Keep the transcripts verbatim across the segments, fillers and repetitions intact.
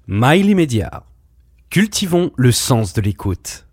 Mail Media. Cultivons le sens de l'écoute.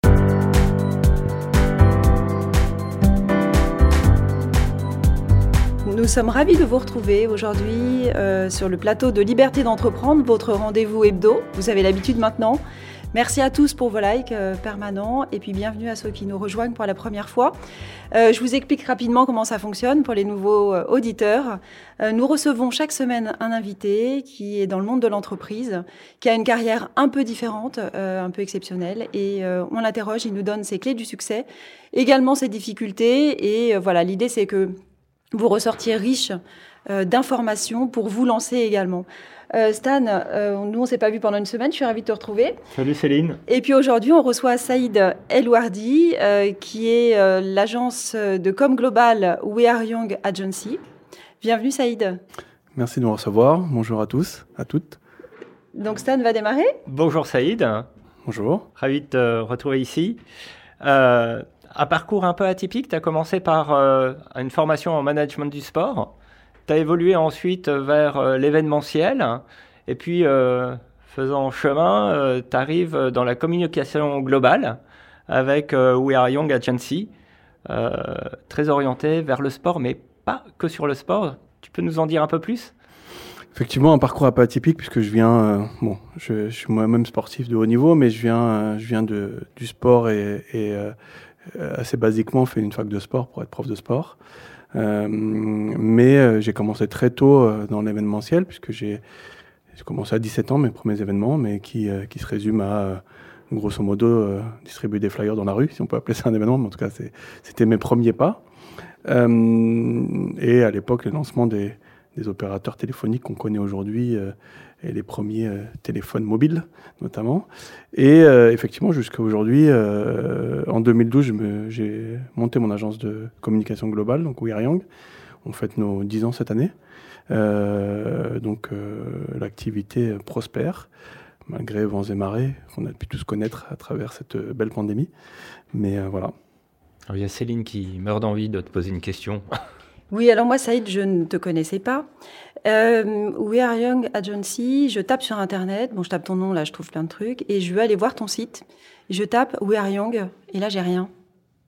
Nous sommes ravis de vous retrouver aujourd'hui euh, sur le plateau de Liberté d'entreprendre, votre rendez-vous hebdo. Vous avez l'habitude maintenant. Merci à tous pour vos likes euh, permanents et puis bienvenue à ceux qui nous rejoignent pour la première fois. Euh, je vous explique rapidement comment ça fonctionne pour les nouveaux euh, auditeurs. Euh, nous recevons chaque semaine un invité qui est dans le monde de l'entreprise, qui a une carrière un peu différente, euh, un peu exceptionnelle et euh, on l'interroge, il nous donne ses clés du succès, également ses difficultés et euh, voilà, l'idée c'est que vous ressortiez riche euh, d'informations pour vous lancer également. Euh, Stan, euh, nous on ne s'est pas vu pendant une semaine, je suis ravie de te retrouver. Salut Céline. Et puis aujourd'hui on reçoit Saïd Elouardi, euh, qui est euh, l'agence de com global We Are Young Agency. Bienvenue Saïd. Merci de nous recevoir, bonjour à tous, à toutes. Donc Stan va démarrer. Bonjour Saïd. Bonjour. Ravi de te retrouver ici. Euh, un parcours un peu atypique, tu as commencé par euh, une formation en management du sport. Tu as évolué ensuite vers euh, l'événementiel et puis euh, faisant chemin, euh, tu arrives dans la communication globale avec euh, We Are Young Agency, euh, très orienté vers le sport, mais pas que sur le sport. Tu peux nous en dire un peu plus ? Effectivement, un parcours un peu atypique puisque je viens, euh, bon, je, je suis moi-même sportif de haut niveau, mais je viens, euh, je viens de, du sport et, et euh, assez basiquement fait une fac de sport pour être prof de sport. Euh, mais euh, j'ai commencé très tôt euh, dans l'événementiel puisque j'ai, j'ai commencé à dix-sept ans mes premiers événements, mais qui, euh, qui se résument à euh, grosso modo euh, distribuer des flyers dans la rue, si on peut appeler ça un événement, mais en tout cas c'est, c'était mes premiers pas. Euh, et à l'époque, le lancement des, des opérateurs téléphoniques qu'on connaît aujourd'hui euh, et les premiers euh, téléphones mobiles notamment. Et euh, effectivement, jusqu'à aujourd'hui, euh, en deux mille douze, je me, j'ai monté mon agence de communication globale, donc We Are Young. On fête nos dix ans cette année. Euh, donc euh, l'activité prospère, malgré vents et marées qu'on a pu tous connaître à travers cette belle pandémie. Mais euh, voilà. Alors, il y a Céline qui meurt d'envie de te poser une question. Oui, alors moi, Saïd, je ne te connaissais pas. Euh, We Are Young Agency, je tape sur Internet. Bon, je tape ton nom, là, je trouve plein de trucs. Et je veux aller voir ton site. Je tape We Are Young, et là, j'ai rien. Pourquoi ?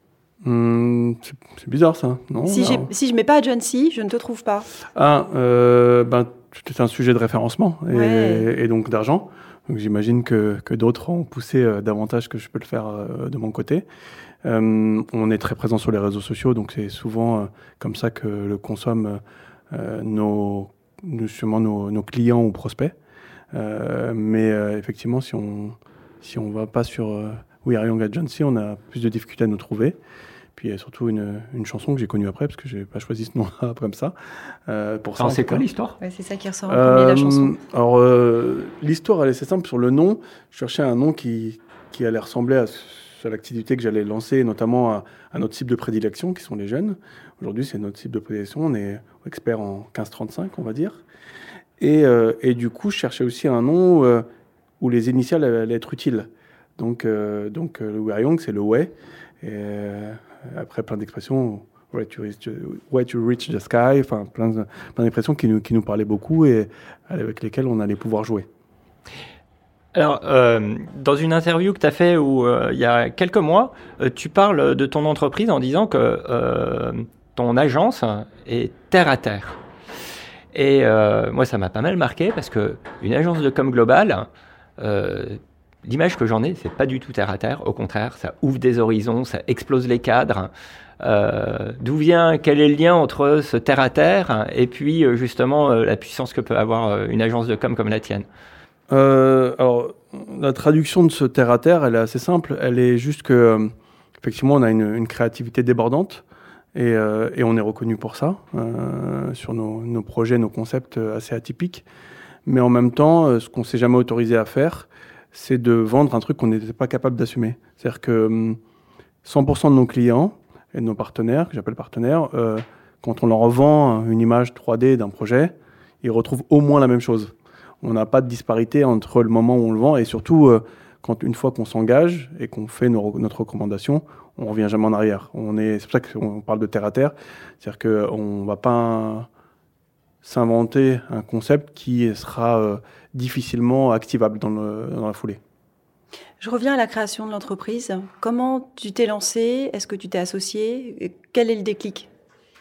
Hum, c'est, c'est bizarre, ça, non ? Si, j'ai, si je mets pas Agency, je ne te trouve pas. Ah, euh, ben, c'est un sujet de référencement et, Ouais. et donc d'argent. Donc j'imagine que, que d'autres ont poussé euh, davantage que je peux le faire euh, de mon côté. Euh, on est très présent sur les réseaux sociaux, donc c'est souvent euh, comme ça que le consomment euh, nos, justement nos, nos clients ou prospects. Euh, mais euh, effectivement, si on si on va pas sur euh, We Are Young Agency, on a plus de difficultés à nous trouver. Puis il y a surtout une, une chanson que j'ai connue après, parce que j'ai pas choisi ce nom-là comme ça. Euh, pour ça, Alors, en c'est tout quoi cas. l'histoire ? Ouais, c'est ça qui ressort en premier, la chanson. Alors, euh, l'histoire, elle est assez simple sur le nom. Je cherchais un nom qui, qui allait ressembler à, à l'activité que j'allais lancer, notamment à, à notre cible de prédilection, qui sont les jeunes. Aujourd'hui, c'est notre cible de prédilection. On est expert en quinze trente-cinq, on va dire. Et, euh, et du coup, je cherchais aussi un nom euh, où les initiales allaient être utiles. Donc, euh, donc le We Are Young, c'est le way. Et euh, après, plein d'expressions. Way to reach, way to reach the sky, enfin plein, de, plein d'expressions qui nous, qui nous parlaient beaucoup et avec lesquelles on allait pouvoir jouer. Alors, euh, dans une interview que tu as fait où, euh, il y a quelques mois, euh, tu parles de ton entreprise en disant que euh, ton agence est terre à terre. Et euh, moi, ça m'a pas mal marqué parce qu'une agence de com global, euh, l'image que j'en ai, c'est pas du tout terre à terre. Au contraire, ça ouvre des horizons, ça explose les cadres. Euh, d'où vient, quel est le lien entre ce terre à terre et puis euh, justement euh, la puissance que peut avoir euh, une agence de com comme la tienne ? euh, Alors, la traduction de ce terre à terre, elle est assez simple. Elle est juste que, euh, effectivement, on a une, une créativité débordante et, euh, et on est reconnu pour ça euh, sur nos, nos projets, nos concepts assez atypiques. Mais en même temps, ce qu'on s'est jamais autorisé à faire, c'est de vendre un truc qu'on n'était pas capable d'assumer. C'est-à-dire que cent pour cent de nos clients et de nos partenaires, que j'appelle partenaires, euh, quand on leur vend une image trois D d'un projet, ils retrouvent au moins la même chose. On n'a pas de disparité entre le moment où on le vend et surtout, euh, quand une fois qu'on s'engage et qu'on fait nos, notre recommandation, on ne revient jamais en arrière. On est, c'est pour ça qu'on parle de terre à terre. C'est-à-dire qu'on ne va pas s'inventer un concept qui sera euh, difficilement activable dans, le, dans la foulée. Je reviens à la création de l'entreprise. Comment tu t'es lancé? Est-ce que tu t'es associé? Quel est le déclic?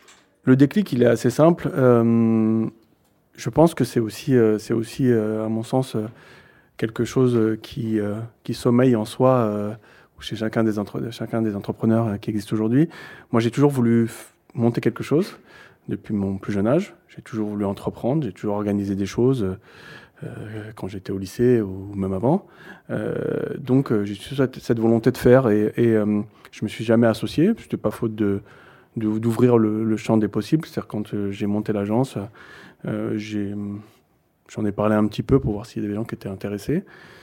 Le déclic, il est assez simple. Euh, je pense que c'est aussi, euh, c'est aussi euh, à mon sens, euh, quelque chose qui, euh, qui sommeille en soi euh, chez chacun des, entre- chacun des entrepreneurs euh, qui existent aujourd'hui. Moi, j'ai toujours voulu f- monter quelque chose depuis mon plus jeune âge. J'ai toujours voulu entreprendre, j'ai toujours organisé des choses euh, quand j'étais au lycée ou même avant. Euh, donc, euh, j'ai toujours cette, cette volonté de faire et, et euh, je me suis jamais associé. C'était pas faute de, de, d'ouvrir le, le champ des possibles. C'est-à-dire quand euh, j'ai monté l'agence, euh, j'ai, j'en ai parlé un petit peu pour voir s'il y avait des gens qui étaient intéressés.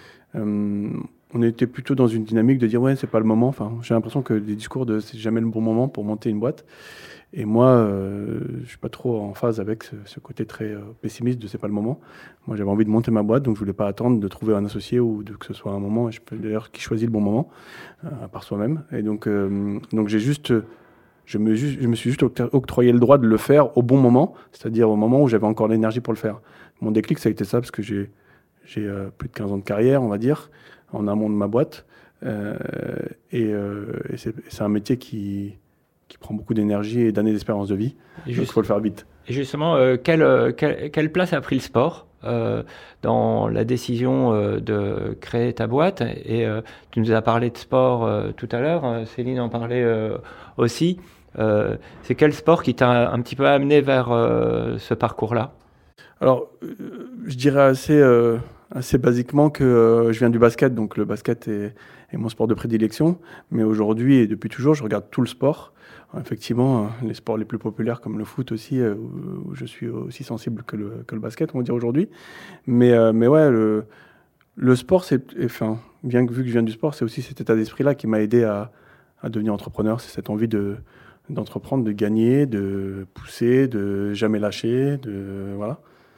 Euh, on était plutôt dans une dynamique de dire ouais, c'est pas le moment. Enfin, j'ai l'impression que des discours de c'est jamais le bon moment pour monter une boîte. Et moi, euh, je suis pas trop en phase avec ce, ce côté très euh, pessimiste de c'est pas le moment. Moi, j'avais envie de monter ma boîte, donc je voulais pas attendre de trouver un associé ou de que ce soit un moment. Et je peux d'ailleurs qui choisit le bon moment, euh, par soi-même. Et donc, euh, donc j'ai juste, je me, juste, je me suis juste octroyé le droit de le faire au bon moment, c'est-à-dire au moment où j'avais encore l'énergie pour le faire. Mon déclic, ça a été ça parce que j'ai, j'ai euh, plus de quinze ans de carrière, on va dire, en amont de ma boîte, euh, et, euh, et c'est, c'est un métier qui qui prend beaucoup d'énergie et d'années d'espérance de vie. Et donc, il faut le faire vite. Et justement, euh, quelle, quelle, quelle place a pris le sport euh, dans la décision euh, de créer ta boîte? Et euh, tu nous as parlé de sport euh, tout à l'heure, euh, Céline en parlait euh, aussi. Euh, c'est quel sport qui t'a un petit peu amené vers euh, ce parcours-là? Alors, euh, je dirais assez, euh, assez basiquement que euh, je viens du basket, donc le basket est, est mon sport de prédilection. Mais aujourd'hui et depuis toujours, je regarde tout le sport. Effectivement, les sports les plus populaires comme le foot aussi, euh, où je suis aussi sensible que le, que le basket, on va dire aujourd'hui. Mais, euh, mais ouais, le, le sport, c'est, enfin, bien que vu que je viens du sport, c'est aussi cet état d'esprit-là qui m'a aidé à, à devenir entrepreneur. C'est cette envie de, d'entreprendre, de gagner, de pousser, de jamais lâcher, de voilà.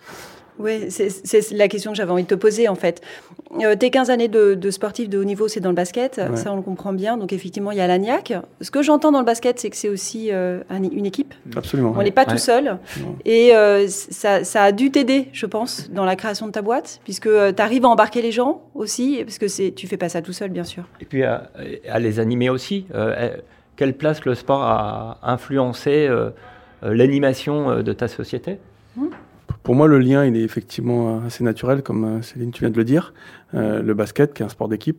Oui, c'est, c'est la question que j'avais envie de te poser en fait. Euh, tes quinze années de, de sportif de haut niveau, c'est dans le basket, ouais. Ça on le comprend bien. Donc effectivement, il y a l'ANIAC. Ce que j'entends dans le basket, c'est que c'est aussi euh, un, une équipe. Absolument. On n'est pas ouais. tout seul. Non. Et euh, ça, ça a dû t'aider, je pense, dans la création de ta boîte, puisque euh, tu arrives à embarquer les gens aussi, parce que c'est, tu fais pas ça tout seul, bien sûr. Et puis à, à les animer aussi. Euh, quelle place le sport a influencé euh, l'animation de ta société? Hum. Pour moi, le lien, il est effectivement assez naturel, comme Céline, tu viens de le dire. Euh, le basket, qui est un sport d'équipe.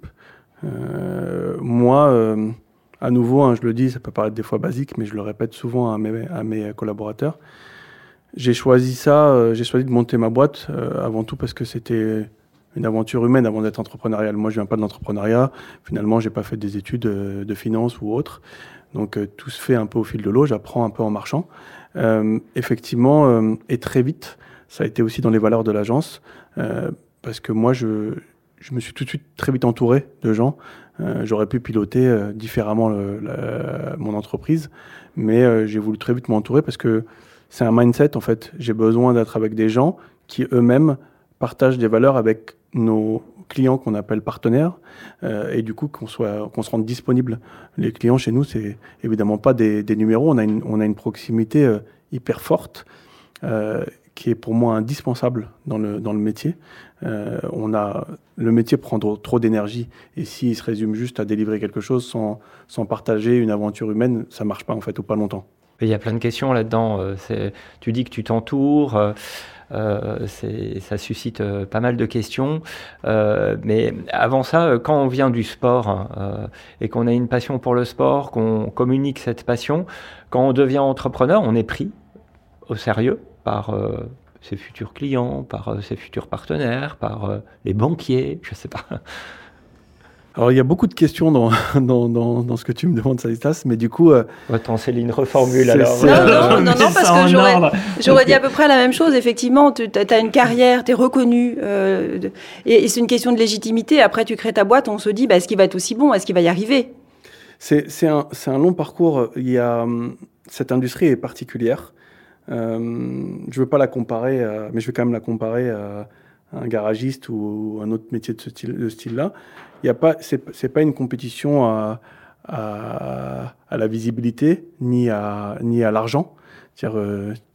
Euh, moi, euh, à nouveau, hein, je le dis, ça peut paraître des fois basique, mais je le répète souvent à mes, à mes collaborateurs. J'ai choisi ça, euh, j'ai choisi de monter ma boîte euh, avant tout parce que c'était une aventure humaine avant d'être entrepreneuriale. Moi, je viens pas de l'entrepreneuriat. Finalement, j'ai pas fait des études de, de finance ou autre. Donc, euh, tout se fait un peu au fil de l'eau. J'apprends un peu en marchant. Euh, effectivement, euh, et très vite, ça a été aussi dans les valeurs de l'agence, euh, parce que moi, je, je me suis tout de suite très vite entouré de gens. Euh, j'aurais pu piloter euh, différemment le, la, mon entreprise, mais euh, j'ai voulu très vite m'entourer parce que c'est un mindset, en fait. J'ai besoin d'être avec des gens qui, eux-mêmes, partagent des valeurs avec nos clients qu'on appelle partenaires, euh, et du coup, qu'on, soit, qu'on se rende disponible. Les clients chez nous, c'est évidemment pas des, des numéros. On a une, on a une proximité euh, hyper forte, euh, qui est pour moi indispensable dans le, dans le métier. Euh, on a, le métier prend trop, trop d'énergie, et s'il se résume juste à délivrer quelque chose sans, sans partager une aventure humaine, ça marche pas en fait, ou pas longtemps. Il y a plein de questions là-dedans. C'est, tu dis que tu t'entoures, euh, euh, c'est, ça suscite euh, pas mal de questions. Euh, mais avant ça, quand on vient du sport euh, et qu'on a une passion pour le sport, qu'on communique cette passion, quand on devient entrepreneur, on est pris au sérieux par euh, ses futurs clients, par euh, ses futurs partenaires, par euh, les banquiers, je sais pas. Alors, il y a beaucoup de questions dans, dans, dans, dans ce que tu me demandes, Salistas, mais du coup... Euh, Attends, Céline, reformule alors. Non, non, non, non, parce que j'aurais, j'aurais dit à peu près la même chose. Effectivement, tu as une carrière, tu es reconnu, euh, et, et c'est une question de légitimité. Après, tu crées ta boîte, on se dit, bah, est-ce qu'il va être aussi bon? Est-ce qu'il va y arriver? C'est, c'est, un, c'est un long parcours. Il y a, cette industrie est particulière. Euh, je ne veux pas la comparer, à, mais je vais quand même la comparer à un garagiste ou un autre métier de ce style, de style-là. Il y a pas, c'est, c'est pas une compétition à, à, à la visibilité ni à, ni à l'argent. C'est-à-dire, euh,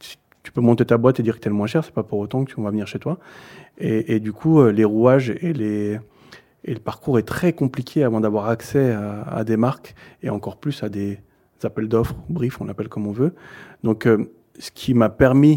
tu peux monter ta boîte et dire que tu es le moins cher, c'est pas pour autant qu'on va venir chez toi. Et, et du coup, euh, les rouages et, les, et le parcours est très compliqué avant d'avoir accès à, à des marques et encore plus à des appels d'offres, briefs, on l'appelle comme on veut. Donc, euh, ce qui m'a permis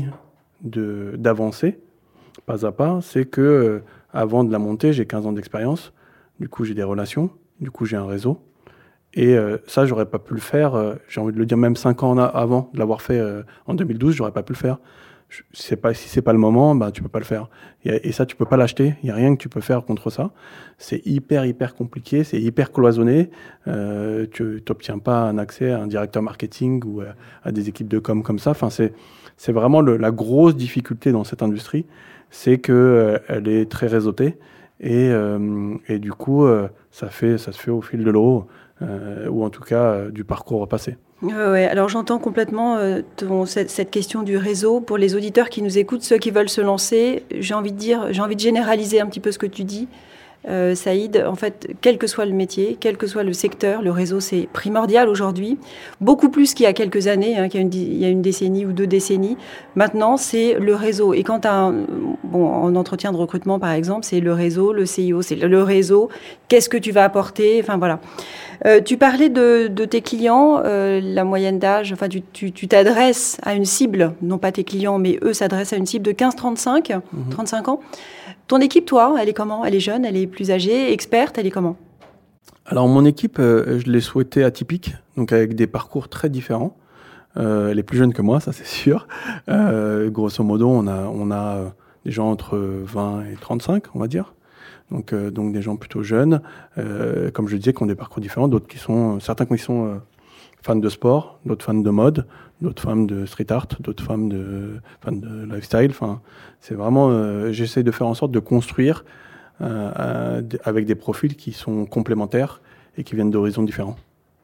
de, d'avancer, pas à pas, c'est que euh, avant de la monter, j'ai quinze ans d'expérience. Du coup, j'ai des relations. Du coup, j'ai un réseau. Et euh, ça, j'aurais pas pu le faire. Euh, j'ai envie de le dire, même cinq ans avant de l'avoir fait euh, en deux mille douze, j'aurais pas pu le faire. Je, c'est pas, si c'est pas le moment, bah, tu peux pas le faire. Et, et ça, tu peux pas l'acheter. Il y a rien que tu peux faire contre ça. C'est hyper, hyper compliqué. C'est hyper cloisonné. Euh, tu n'obtiens pas un accès à un directeur marketing ou à, à des équipes de com comme ça. Enfin, c'est, c'est vraiment le, la grosse difficulté dans cette industrie. C'est que euh, elle est très réseautée. Et, euh, et du coup, euh, ça, fait, ça se fait au fil de l'eau. Euh, ou en tout cas euh, du parcours passé. Euh, ouais, alors j'entends complètement euh, ton, cette, cette question du réseau. Pour les auditeurs qui nous écoutent, ceux qui veulent se lancer, j'ai envie de dire, j'ai envie de généraliser un petit peu ce que tu dis. Euh, Saïd, en fait, quel que soit le métier, quel que soit le secteur, le réseau, c'est primordial aujourd'hui. Beaucoup plus qu'il y a quelques années, hein, qu'il y a une, il y a une décennie ou deux décennies. Maintenant, c'est le réseau. Et quand tu as un, bon, en entretien de recrutement, par exemple, c'est le réseau, le C I O, c'est le réseau. Qu'est-ce que tu vas apporter? Enfin, voilà. Euh, tu parlais de, de tes clients, euh, la moyenne d'âge, enfin, tu, tu, tu t'adresses à une cible, non pas tes clients, mais eux s'adressent à une cible de quinze trente-cinq, mmh. trente-cinq ans. Ton équipe, toi, elle est comment? Elle est jeune, elle est plus âgée, experte, elle est comment? Alors, mon équipe, euh, je l'ai souhaitée atypique, donc avec des parcours très différents. Euh, elle est plus jeune que moi, ça c'est sûr. Euh, grosso modo, on a, on a des gens entre vingt et trente-cinq, on va dire. Donc, euh, donc des gens plutôt jeunes, euh, comme je disais, qui ont des parcours différents, d'autres qui sont, certains qui sont euh, fans de sport, d'autres fans de mode, d'autres fans de street art, d'autres fans de, fans de lifestyle. Enfin, c'est vraiment, euh, j'essaie de faire en sorte de construire euh, euh, avec des profils qui sont complémentaires et qui viennent d'horizons différents.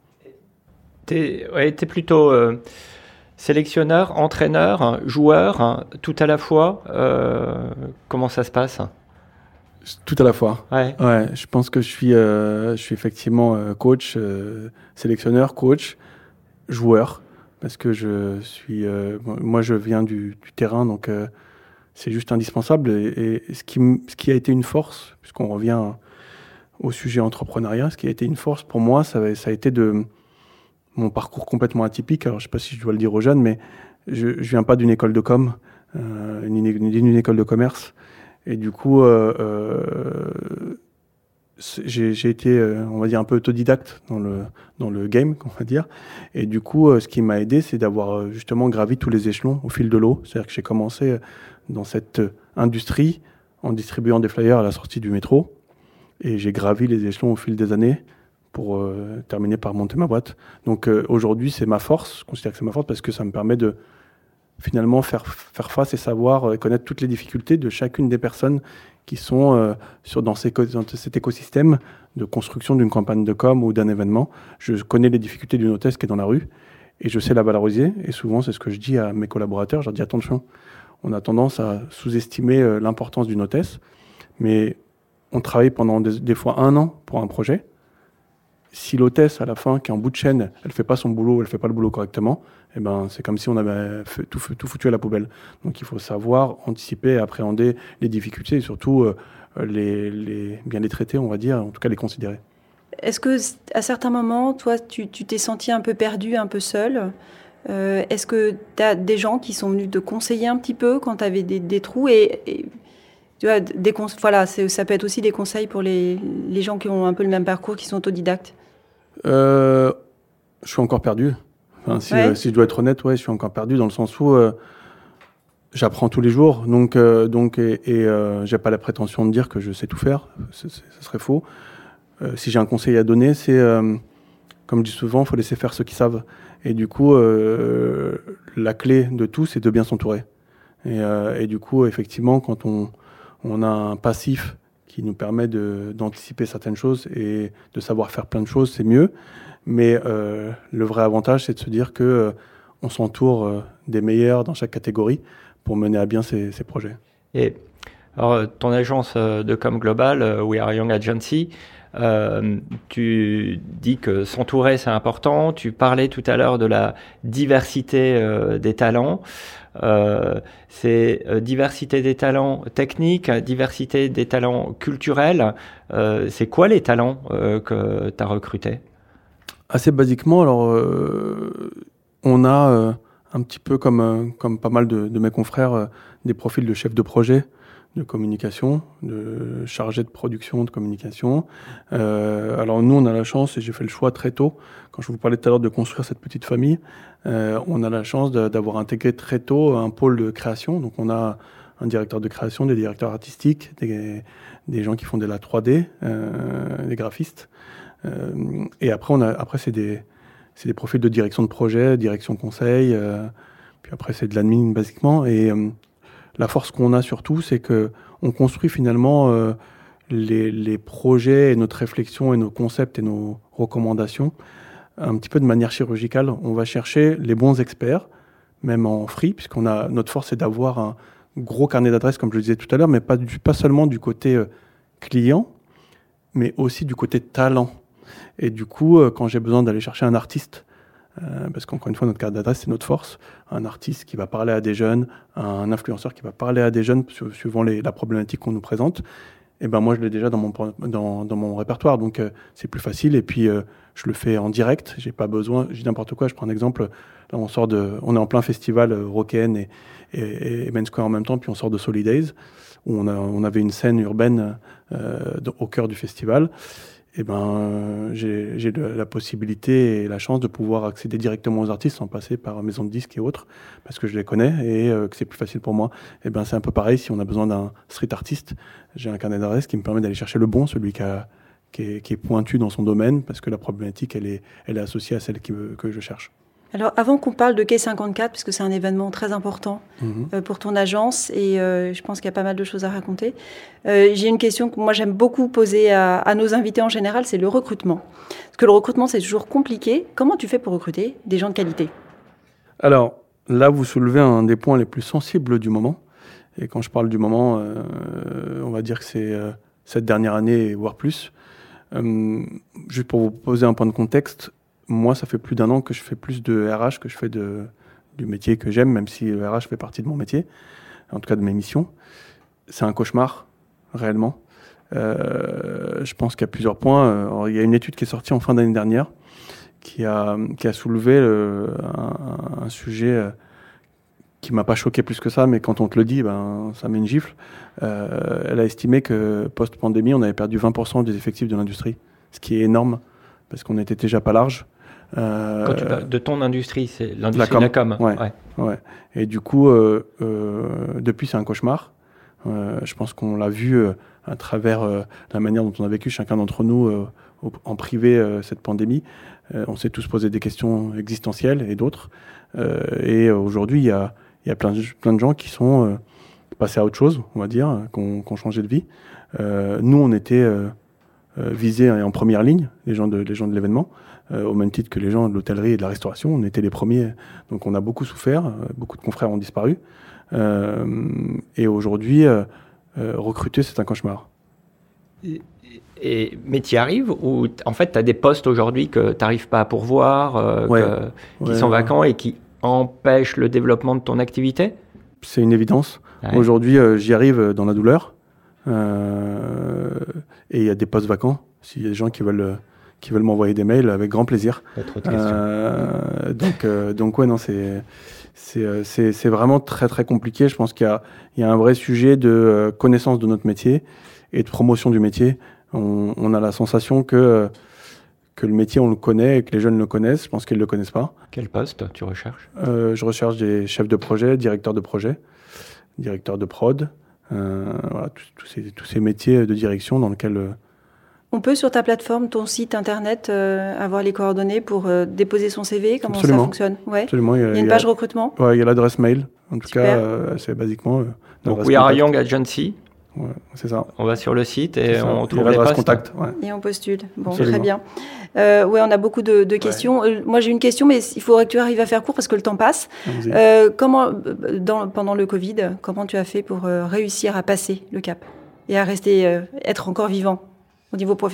T'es, ouais, t'es plutôt euh, sélectionneur, entraîneur, joueur, hein, tout à la fois. Euh, comment ça se passe ? Tout à la fois. Ouais. Ouais, je pense que je suis, euh, je suis effectivement euh, coach, euh, sélectionneur, coach, joueur, parce que je suis, euh, moi je viens du, du terrain, donc euh, c'est juste indispensable. Et, et ce qui, ce qui a été une force, puisqu'on revient au sujet entrepreneuriat, ce qui a été une force pour moi, ça, ça a été de mon parcours complètement atypique. Alors je sais pas si je dois le dire aux jeunes, mais je, je viens pas d'une école de com, euh, ni d'une école de commerce. Et du coup, euh, euh, j'ai, j'ai été, euh, on va dire, un peu autodidacte dans le, dans le game, on va dire. Et du coup, euh, ce qui m'a aidé, c'est d'avoir euh, justement gravi tous les échelons au fil de l'eau. C'est-à-dire que j'ai commencé dans cette industrie en distribuant des flyers à la sortie du métro. Et j'ai gravi les échelons au fil des années pour euh, terminer par monter ma boîte. Donc euh, aujourd'hui, c'est ma force. Je considère que c'est ma force parce que ça me permet de finalement faire, faire face et savoir euh, connaître toutes les difficultés de chacune des personnes qui sont euh, sur, dans, ces, dans cet écosystème de construction d'une campagne de com ou d'un événement. Je connais les difficultés d'une hôtesse qui est dans la rue et je sais la valoriser. Et souvent, c'est ce que je dis à mes collaborateurs. Je leur dis attention, on a tendance à sous-estimer euh, l'importance d'une hôtesse, mais on travaille pendant des, des fois un an pour un projet. Si l'hôtesse, à la fin, qui est en bout de chaîne, elle ne fait pas son boulot, elle ne fait pas le boulot correctement, eh ben, c'est comme si on avait fait, tout, tout foutu à la poubelle. Donc il faut savoir anticiper et appréhender les difficultés et surtout euh, les, les, bien les traiter, on va dire, en tout cas les considérer. Est-ce que à certains moments, toi, tu, tu t'es senti un peu perdu, un peu seul ? euh, Est-ce que tu as des gens qui sont venus te conseiller un petit peu quand tu avais des, des trous et, et tu vois, des cons- voilà, c'est, ça peut être aussi des conseils pour les, les gens qui ont un peu le même parcours, qui sont autodidactes. Euh, je suis encore perdu. Enfin, si, ouais. euh, si je dois être honnête, ouais, je suis encore perdu dans le sens où euh, j'apprends tous les jours. Donc, euh, donc et, et euh, j'ai pas la prétention de dire que je sais tout faire. Ce serait faux. Euh, si j'ai un conseil à donner, c'est, euh, comme je dis souvent, il faut laisser faire ceux qui savent. Et du coup, euh, la clé de tout, c'est de bien s'entourer. Et, euh, et du coup, effectivement, quand on, on a un passif qui nous permet de, d'anticiper certaines choses et de savoir faire plein de choses, c'est mieux. Mais euh, le vrai avantage, c'est de se dire que euh, on s'entoure euh, des meilleurs dans chaque catégorie pour mener à bien ces, ces projets. Et alors, ton agence de com global, We Are Young Agency, Euh, tu dis que s'entourer, c'est important. Tu parlais tout à l'heure de la diversité euh, des talents. Euh, c'est euh, diversité des talents techniques, diversité des talents culturels. Euh, c'est quoi les talents euh, que tu as recrutés ? Assez basiquement, alors, euh, on a euh, un petit peu comme, euh, comme pas mal de, de mes confrères, euh, des profils de chefs de projet, de communication, de chargé de production de communication. Euh, alors nous, on a la chance, et j'ai fait le choix très tôt, quand je vous parlais tout à l'heure de construire cette petite famille, euh, on a la chance de, d'avoir intégré très tôt un pôle de création. Donc on a un directeur de création, des directeurs artistiques, des, des gens qui font de la trois D, euh, des graphistes. Euh, et après, on a, après c'est des, c'est des profils de direction de projet, direction conseil, euh, puis après c'est de l'admin basiquement. Et euh, la force qu'on a surtout, c'est que on construit finalement euh, les, les projets et notre réflexion et nos concepts et nos recommandations un petit peu de manière chirurgicale. On va chercher les bons experts, même en free, puisqu'on a notre force, c'est d'avoir un gros carnet d'adresses, comme je le disais tout à l'heure, mais pas, du, pas seulement du côté euh, client, mais aussi du côté talent. Et du coup, euh, quand j'ai besoin d'aller chercher un artiste, Euh, parce qu'encore une fois, notre carte d'adresse, c'est notre force. Un artiste qui va parler à des jeunes, un influenceur qui va parler à des jeunes suivant les, la problématique qu'on nous présente, et ben moi, je l'ai déjà dans mon, dans, dans mon répertoire. Donc, euh, c'est plus facile. Et puis, euh, je le fais en direct. J'ai pas besoin, je dis n'importe quoi. Je prends un exemple. Là, on sort de, on est en plein festival euh, Rock'n et, et, et Main Square en même temps. Puis, on sort de Solidays, où on, a, on avait une scène urbaine euh, au cœur du festival. Eh ben, euh, j'ai, j'ai la possibilité et la chance de pouvoir accéder directement aux artistes sans passer par maison de disques et autres, parce que je les connais et euh, que c'est plus facile pour moi. Eh ben, c'est un peu pareil, si on a besoin d'un street artiste, j'ai un carnet d'adresses qui me permet d'aller chercher le bon, celui qui, a, qui, est, qui est pointu dans son domaine, parce que la problématique, elle est, elle est associée à celle qui veut, que je cherche. Alors, avant qu'on parle de Quai cinquante-quatre, puisque c'est un événement très important mmh. euh, pour ton agence, et euh, je pense qu'il y a pas mal de choses à raconter, euh, j'ai une question que moi j'aime beaucoup poser à, à nos invités en général, c'est le recrutement. Parce que le recrutement, c'est toujours compliqué. Comment tu fais pour recruter des gens de qualité ? Alors, là, vous soulevez un des points les plus sensibles du moment. Et quand je parle du moment, euh, on va dire que c'est euh, cette dernière année, voire plus. Euh, juste pour vous poser un point de contexte, moi, ça fait plus d'un an que je fais plus de R H que je fais de, du métier que j'aime, même si le R H fait partie de mon métier, en tout cas de mes missions. C'est un cauchemar, réellement. Euh, je pense qu'il y a plusieurs points. Alors, il y a une étude qui est sortie en fin d'année dernière qui a, qui a soulevé le, un, un sujet qui ne m'a pas choqué plus que ça, mais quand on te le dit, ben, ça met une gifle. Euh, elle a estimé que post-pandémie, on avait perdu vingt pour cent des effectifs de l'industrie, ce qui est énorme, parce qu'on n'était déjà pas large. Euh, Quand tu parles de ton industrie, c'est l'industrie la com. de la com. Ouais, ouais. ouais. Et du coup, euh, euh, depuis, c'est un cauchemar. Euh, je pense qu'on l'a vu euh, à travers euh, la manière dont on a vécu chacun d'entre nous euh, en privé euh, cette pandémie. Euh, on s'est tous posé des questions existentielles et d'autres. Euh, et aujourd'hui, il y a, y a plein, de, plein de gens qui sont euh, passés à autre chose, on va dire, qui ont, qui ont changé de vie. Euh, nous, on était euh, euh, visés en première ligne, les gens de, les gens de l'événement. Euh, au même titre que les gens de l'hôtellerie et de la restauration, on était les premiers. Donc on a beaucoup souffert, euh, beaucoup de confrères ont disparu. Euh, et aujourd'hui, euh, euh, recruter, c'est un cauchemar. Et, et, mais tu y arrives ou en fait, tu as des postes aujourd'hui que tu n'arrives pas à pourvoir, euh, ouais. que, qui ouais, sont ouais. vacants et qui empêchent le développement de ton activité ? C'est une évidence. Ouais. Aujourd'hui, euh, j'y arrive dans la douleur. Euh, et il y a des postes vacants. S'il y a des gens qui veulent... qui veulent m'envoyer des mails avec grand plaisir. Pas trop de questions. Euh, donc, euh, donc ouais, non, c'est, c'est, c'est, c'est vraiment très, très compliqué. Je pense qu'il y a, il y a un vrai sujet de euh, connaissance de notre métier et de promotion du métier. On, on a la sensation que, que le métier, on le connaît et que les jeunes le connaissent. Je pense qu'ils ne le connaissent pas. Quel poste tu recherches ? euh, Je recherche des chefs de projet, directeurs de projet, directeurs de prod, euh, voilà, tous ces, tous ces métiers de direction dans lesquels... Euh, On peut, sur ta plateforme, ton site internet, euh, avoir les coordonnées pour euh, déposer son C V ? Comment Absolument. ça fonctionne ? Ouais. Absolument. Il y a, il y a une il y a, page recrutement ? Ouais, il y a l'adresse mail. En tout Super. cas, euh, c'est basiquement... Euh, Donc, We Are a Young Agency. Ouais, c'est ça. On va sur le site et on trouve l'adresse les postes. Contact. Ouais. Et on postule. Bon, Absolument. très bien. Euh, ouais, on a beaucoup de, de questions. Ouais. Euh, moi, j'ai une question, mais il faudrait que tu arrives à faire court parce que le temps passe. Euh, comment, dans, pendant le Covid, comment tu as fait pour euh, réussir à passer le cap et à rester, euh, être encore vivant au niveau professionnel ?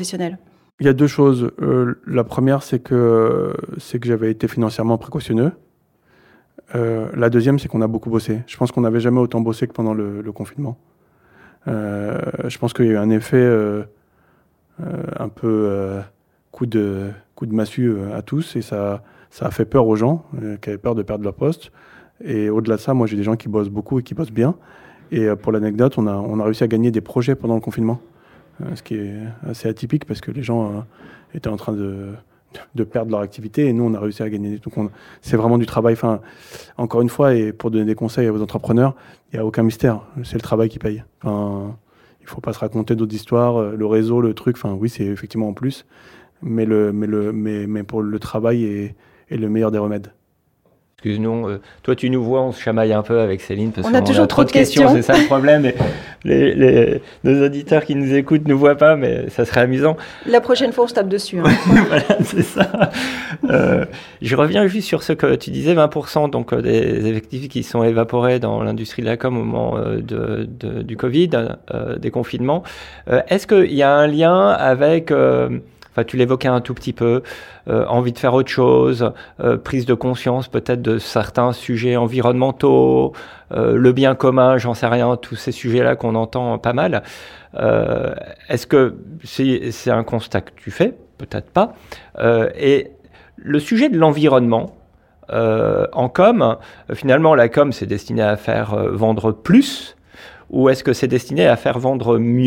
Il y a deux choses. Euh, la première, c'est que, c'est que j'avais été financièrement précautionneux. Euh, la deuxième, c'est qu'on a beaucoup bossé. Je pense qu'on n'avait jamais autant bossé que pendant le, le confinement. Euh, je pense qu'il y a eu un effet euh, euh, un peu euh, coup de, coup de massue euh, à tous, et ça, ça a fait peur aux gens euh, qui avaient peur de perdre leur poste. Et au-delà de ça, moi j'ai des gens qui bossent beaucoup et qui bossent bien. Et euh, pour l'anecdote, on a, on a réussi à gagner des projets pendant le confinement, euh, ce qui est assez atypique parce que les gens euh, étaient en train de, de perdre leur activité, et nous on a réussi à gagner. Donc on, c'est vraiment du travail. Enfin, encore une fois, et pour donner des conseils aux entrepreneurs, il n'y a aucun mystère, c'est le travail qui paye. Enfin, il ne faut pas se raconter d'autres histoires, le réseau, le truc, enfin oui, c'est effectivement en plus, mais, le, mais, le, mais, mais pour le travail est, est le meilleur des remèdes. Excuse-nous, euh, toi tu nous vois, on se chamaille un peu avec Céline parce on qu'on a toujours a trop de questions, questions, c'est ça le problème. Et les, les, nos auditeurs qui nous écoutent ne nous voient pas, mais ça serait amusant. La prochaine fois, on se tape dessus. Hein. Voilà, c'est ça. Euh, je reviens juste sur ce que tu disais, vingt pour cent donc, euh, des effectifs qui sont évaporés dans l'industrie de la com au moment euh, de, de, du Covid, euh, des confinements. Euh, est-ce qu'il y a un lien avec... Euh, Enfin, tu l'évoquais un tout petit peu, euh, envie de faire autre chose, euh, prise de conscience peut-être de certains sujets environnementaux, euh, le bien commun, j'en sais rien, tous ces sujets-là qu'on entend pas mal. Euh, est-ce que c'est, c'est un constat que tu fais ? Peut-être pas. Euh, et le sujet de l'environnement, euh, en com, finalement, la com, c'est destiné à faire euh, vendre plus, ou est-ce que c'est destiné à faire vendre mieux ?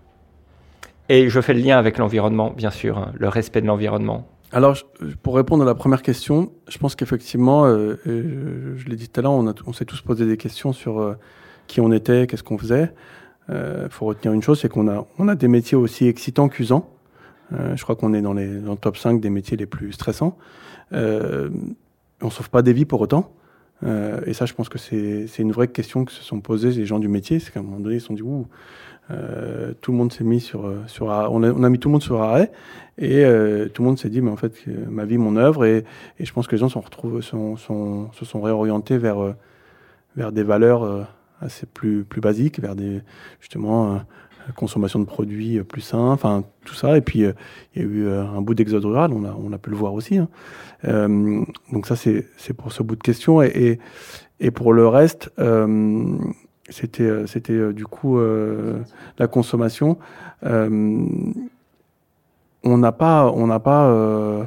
Et je fais le lien avec l'environnement, bien sûr, hein, le respect de l'environnement. Alors, je, pour répondre à la première question, je pense qu'effectivement, euh, je, je l'ai dit tout à l'heure, on, a, on s'est tous posé des questions sur euh, qui on était, qu'est-ce qu'on faisait. Il euh, faut retenir une chose, c'est qu'on a, on a des métiers aussi excitants qu'usants. Euh, je crois qu'on est dans, les, dans le top cinq des métiers les plus stressants. Euh, on ne sauve pas des vies pour autant. Euh, et ça, je pense que c'est, c'est une vraie question que se sont posées les gens du métier. C'est qu'à un moment donné, ils se sont dit « Ouh ». Euh, tout le monde s'est mis sur, sur on, a, on a mis tout le monde sur arrêt, et euh, tout le monde s'est dit mais en fait euh, ma vie, mon œuvre, et, et je pense que les gens sont retrouvent, sont, sont, se sont réorientés vers, euh, vers des valeurs euh, assez plus, plus basiques, vers des justement euh, consommation de produits plus sains, enfin tout ça. Et puis euh, il y a eu euh, un bout d'exode rural, on a, on a pu le voir aussi, hein. Euh, donc ça c'est, c'est pour ce bout de question, et, et, et pour le reste euh, C'était, c'était euh, du coup euh, la consommation. Euh, on n'a pas, on n'a pas, euh,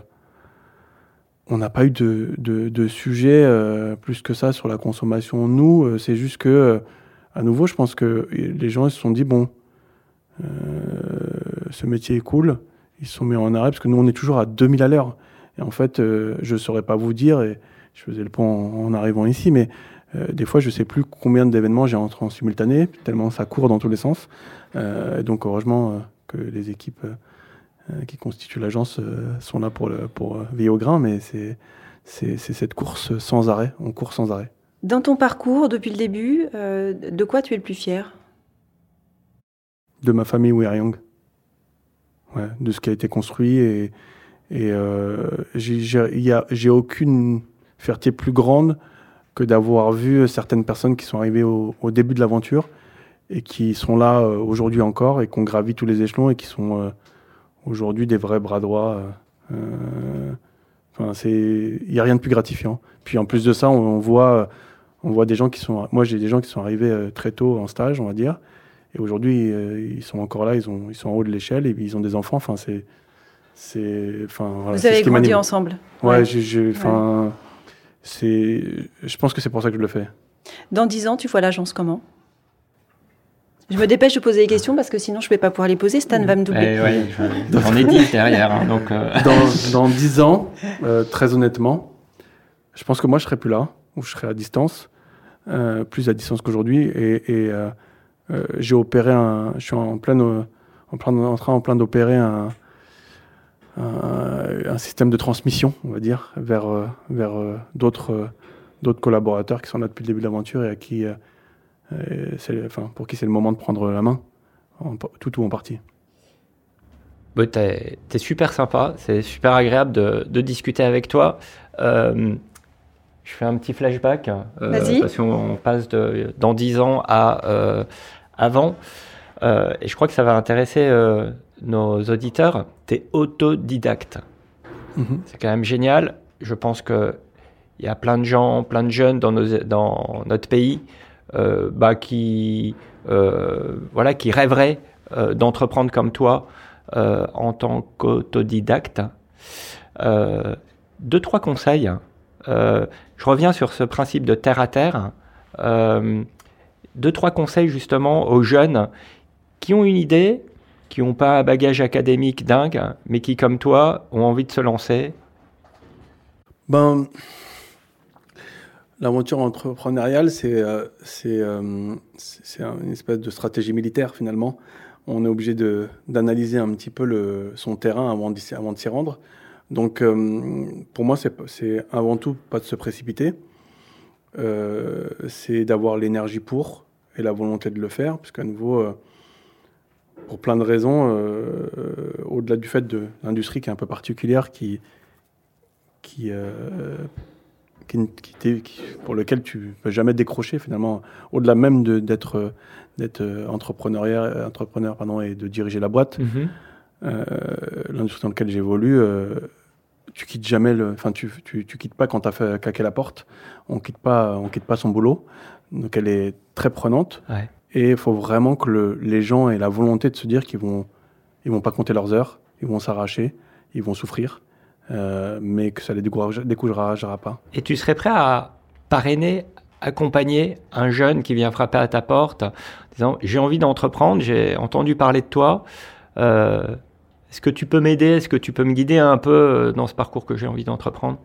on n'a pas eu de, de, de sujet euh, plus que ça sur la consommation. Nous, euh, c'est juste que, euh, à nouveau, je pense que les gens ils se sont dit bon, euh, ce métier est cool. Ils se sont mis en arrêt parce que nous, on est toujours à deux mille à l'heure. Et en fait, euh, je saurais pas vous dire. Et je faisais le pont en, en arrivant ici, mais Euh, des fois, je ne sais plus combien d'événements j'ai entré en simultané, tellement ça court dans tous les sens. Euh, donc, heureusement euh, que les équipes euh, qui constituent l'agence euh, sont là pour, le, pour euh, veiller au grain, mais c'est, c'est, c'est cette course sans arrêt, on court sans arrêt. Dans ton parcours, depuis le début, euh, de quoi tu es le plus fier ? De ma famille We Are Young. Ouais, de ce qui a été construit. Et, et euh, j'ai, j'ai, y a, j'ai aucune fierté plus grande que d'avoir vu certaines personnes qui sont arrivées au, au début de l'aventure et qui sont là euh, aujourd'hui encore et qui ont gravi tous les échelons et qui sont euh, aujourd'hui des vrais bras droits. Euh, enfin, c'est, il n'y a rien de plus gratifiant. Puis en plus de ça, on, on voit, on voit des gens qui sont... Moi, j'ai des gens qui sont arrivés euh, très tôt en stage, on va dire, et aujourd'hui, euh, ils sont encore là, ils, ont, ils sont en haut de l'échelle et ils ont des enfants. Enfin, c'est... c'est enfin, voilà, Vous c'est avez ce qui grandi m'anime. ensemble. Ouais, Ouais. j'ai... j'ai enfin, Ouais. C'est, je pense que c'est pour ça que je le fais. Dans dix ans, tu vois l'agence comment ? Je me dépêche de poser les questions parce que sinon je ne vais pas pouvoir les poser. Stan va me doubler. Eh ouais, je, j'en ai dix derrière. Hein, donc, euh... dans, dans dix ans, euh, très honnêtement, je pense que moi je serai plus là, ou je serai à distance, euh, plus à distance qu'aujourd'hui. Et, et euh, euh, j'ai opéré un, je suis en plein, euh, en plein, en train, en plein d'opérer un. Un, un système de transmission, on va dire, vers, euh, vers euh, d'autres, euh, d'autres collaborateurs qui sont là depuis le début de l'aventure et à qui, euh, c'est, enfin, pour qui c'est le moment de prendre la main, en, tout ou en partie. Bah, t'es, t'es super sympa, c'est super agréable de, de discuter avec toi. Euh, je fais un petit flashback, euh, Vas-y. parce qu'on passe de, dans dix ans à euh, avant, euh, et je crois que ça va intéresser euh, nos auditeurs. tu es autodidacte. Mmh. C'est quand même génial. Je pense qu'il y a plein de gens, plein de jeunes dans, nos, dans notre pays euh, bah, qui, euh, voilà, qui rêveraient euh, d'entreprendre comme toi euh, en tant qu'autodidacte. Euh, deux, trois conseils. Euh, je reviens sur ce principe de terre à terre. Euh, deux, trois conseils justement aux jeunes qui ont une idée, qui n'ont pas un bagage académique dingue, mais qui, comme toi, ont envie de se lancer. Ben, l'aventure entrepreneuriale, c'est, euh, c'est, euh, c'est une espèce de stratégie militaire finalement. On est obligé de, d'analyser un petit peu le, son terrain avant, avant de s'y rendre. Donc, euh, pour moi, c'est, c'est avant tout pas de se précipiter. Euh, c'est d'avoir l'énergie pour et la volonté de le faire, parce qu'à nouveau, euh, pour plein de raisons, euh, euh, au-delà du fait de l'industrie qui est un peu particulière, qui, qui, euh, qui, qui, qui, pour lequel tu ne peux jamais décrocher finalement, au-delà même de, d'être, d'être entrepreneur, entrepreneur pardon, et de diriger la boîte. Mmh. Euh, l'industrie dans laquelle j'évolue, euh, tu quittes jamais le, enfin tu, tu, tu quittes pas quand tu as fait claquer la porte. On quitte pas, on quitte pas son boulot. Donc elle est très prenante. Ouais. Et il faut vraiment que le, les gens aient la volonté de se dire qu'ils vont, ils vont pas compter leurs heures, ils vont s'arracher, ils vont souffrir, euh, mais que ça les découragera pas. Et tu serais prêt à parrainer, accompagner un jeune qui vient frapper à ta porte, en disant j'ai envie d'entreprendre, j'ai entendu parler de toi. Euh, est-ce que tu peux m'aider? Est-ce que tu peux me guider un peu dans ce parcours que j'ai envie d'entreprendre?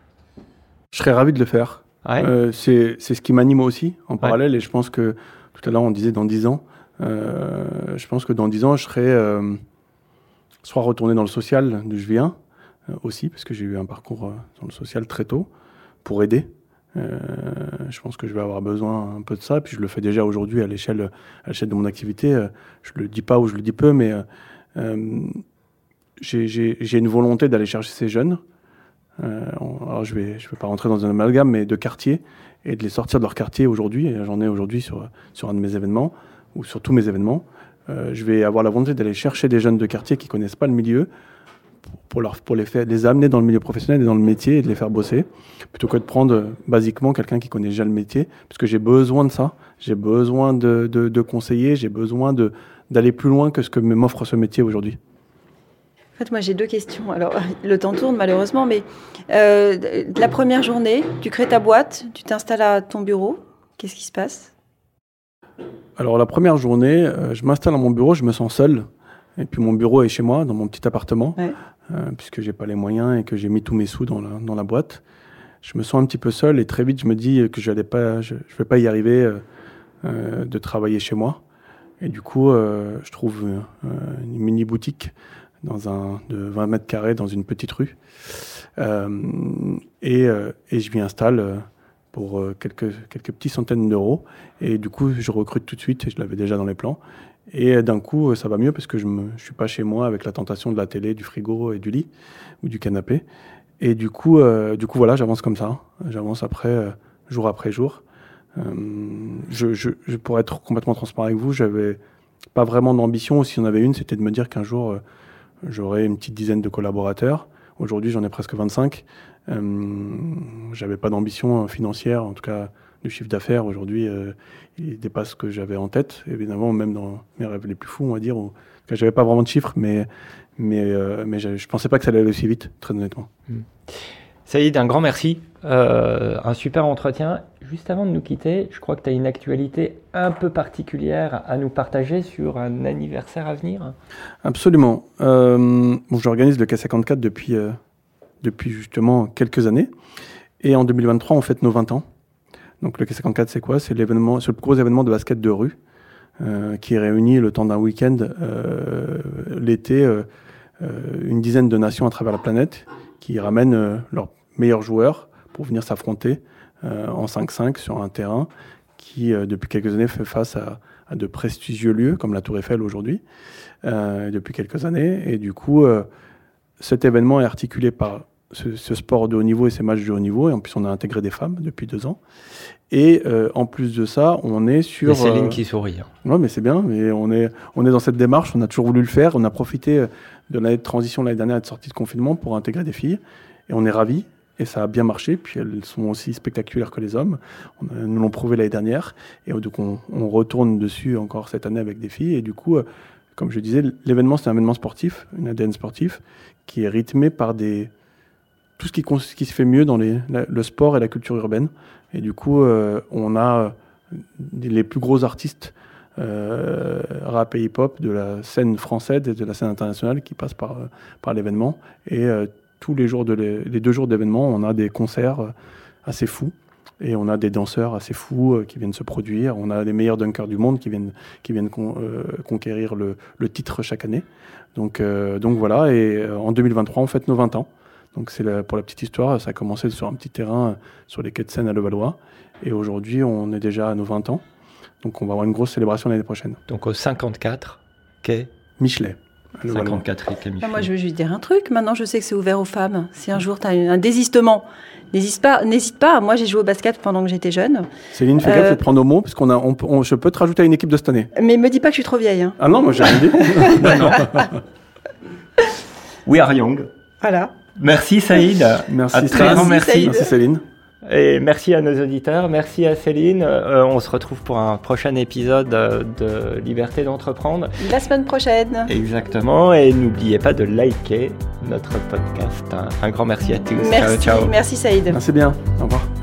Je serais ravi de le faire. Ouais. Euh, c'est, c'est ce qui m'anime aussi en parallèle. Ouais. Et je pense que tout à l'heure on disait dans dix ans. Euh, je pense que dans dix ans je serai euh, soit retourné dans le social d'où je viens euh, aussi, parce que j'ai eu un parcours euh, dans le social très tôt pour aider. Euh, je pense que je vais avoir besoin un peu de ça. Puis je le fais déjà aujourd'hui à l'échelle, à l'échelle de mon activité. Euh, je le dis pas ou je le dis peu, mais euh, euh, j'ai, j'ai, j'ai une volonté d'aller chercher ces jeunes. Euh, alors je vais, je vais pas rentrer dans un amalgame, mais de quartier, et de les sortir de leur quartier aujourd'hui. Et j'en ai aujourd'hui sur, sur un de mes événements, ou sur tous mes événements. Euh, je vais avoir la volonté d'aller chercher des jeunes de quartier qui connaissent pas le milieu, pour, pour, leur, pour les, faire, les amener dans le milieu professionnel et dans le métier, et de les faire bosser, plutôt que de prendre euh, basiquement quelqu'un qui connaît déjà le métier, parce que j'ai besoin de ça, j'ai besoin de, de, de conseiller, j'ai besoin de, d'aller plus loin que ce que m'offre ce métier aujourd'hui. En fait, moi, j'ai deux questions. Alors, le temps tourne malheureusement, mais euh, la première journée, tu crées ta boîte, tu t'installes à ton bureau. Qu'est-ce qui se passe? Alors, la première journée, euh, je m'installe à mon bureau, je me sens seul. Et puis, mon bureau est chez moi, dans mon petit appartement, ouais. euh, puisque j'ai pas les moyens et que j'ai mis tous mes sous dans la, dans la boîte. Je me sens un petit peu seul et très vite, je me dis que je ne vais pas y arriver euh, euh, de travailler chez moi. Et du coup, euh, je trouve euh, une mini-boutique dans un de vingt mètres carrés dans une petite rue. Euh, et, euh, et je m'y installe pour quelques, quelques petites centaines d'euros. Et du coup, je recrute tout de suite, et je l'avais déjà dans les plans. Et d'un coup, ça va mieux parce que je ne suis pas chez moi avec la tentation de la télé, du frigo et du lit ou du canapé. Et du coup, euh, du coup voilà, j'avance comme ça. J'avance après, euh, jour après jour. Euh, je, je, je, pour être complètement transparent avec vous, j'avais pas vraiment d'ambition. Si on avait une, c'était de me dire qu'un jour, euh, j'aurais une petite dizaine de collaborateurs. Aujourd'hui, j'en ai presque vingt-cinq. Euh, j'avais pas d'ambition financière, en tout cas du chiffre d'affaires. Aujourd'hui, euh, il dépasse ce que j'avais en tête. Évidemment, même dans mes rêves les plus fous, on va dire. Où, j'avais pas vraiment de chiffres, mais, mais, euh, mais je pensais pas que ça allait aller aussi vite, très honnêtement. Mmh. Saïd, un grand merci. Euh, un super entretien. Juste avant de nous quitter, je crois que tu as une actualité un peu particulière à nous partager sur un anniversaire à venir. Absolument. Euh, bon, j'organise le K cinquante-quatre depuis, euh, depuis justement quelques années. Et en deux mille vingt-trois, on fête nos vingt ans. Donc le K cinquante-quatre, c'est quoi? C'est l'événement, c'est le gros événement de basket de rue euh, qui réunit le temps d'un week-end euh, l'été euh, euh, une dizaine de nations à travers la planète qui ramènent euh, leurs meilleurs joueurs pour venir s'affronter euh, en cinq cinq sur un terrain qui, euh, depuis quelques années, fait face à, à de prestigieux lieux, comme la Tour Eiffel aujourd'hui, euh, depuis quelques années. Et du coup, euh, cet événement est articulé par ce, ce sport de haut niveau et ces matchs de haut niveau. Et en plus, on a intégré des femmes depuis deux ans. Et euh, en plus de ça, on est sur... Et Céline euh, qui sourit. Oui, mais c'est bien. Mais on est, on est dans cette démarche. On a toujours voulu le faire. On a profité de l'année de transition l'année dernière, de sortie de confinement, pour intégrer des filles. Et on est ravis. Et ça a bien marché. Puis elles sont aussi spectaculaires que les hommes. On a, nous l'ont prouvé l'année dernière. Et donc on, on retourne dessus encore cette année avec des filles. Et du coup, euh, comme je disais, l'événement, c'est un événement sportif, une A D N sportif, qui est rythmé par des... tout ce qui, ce qui se fait mieux dans les, la, le sport et la culture urbaine. Et du coup, euh, on a les plus gros artistes euh, rap et hip-hop de la scène française et de la scène internationale qui passent par, par l'événement. Et euh, tous les jours, de les, les deux jours d'événement, on a des concerts assez fous. Et on a des danseurs assez fous euh, qui viennent se produire. On a les meilleurs dunkers du monde qui viennent, qui viennent con, euh, conquérir le, le titre chaque année. Donc, euh, donc voilà, et euh, en deux mille vingt-trois, on fête nos vingt ans. Donc c'est la, pour la petite histoire, ça a commencé sur un petit terrain euh, sur les quais de Seine à Levallois. Et aujourd'hui, on est déjà à nos vingt ans. Donc on va avoir une grosse célébration l'année prochaine. Donc au cinquante-quatre, quai Michelet. cinquante-quatre, quai Michelet. Moi, je veux juste dire un truc. Maintenant, je sais que c'est ouvert aux femmes. Si un jour tu as un désistement, n'hésite pas. N'hésite pas. Moi, j'ai joué au basket pendant que j'étais jeune. Céline, fais gaffe, euh... prends nos mots, parce qu'on a, on, on, je peux te rajouter à une équipe de cette année. Mais me dis pas que je suis trop vieille. Hein. Ah non, moi j'ai rien dit. We are young. Voilà. Merci Saïd. Merci. À très grand merci. Merci Céline. Et merci à nos auditeurs, merci à Céline. Euh, on se retrouve pour un prochain épisode de Liberté d'entreprendre. La semaine prochaine. Exactement. Et n'oubliez pas de liker notre podcast. Un grand merci à tous. Merci, ciao, ciao. Merci Saïd. Merci bien. Au revoir.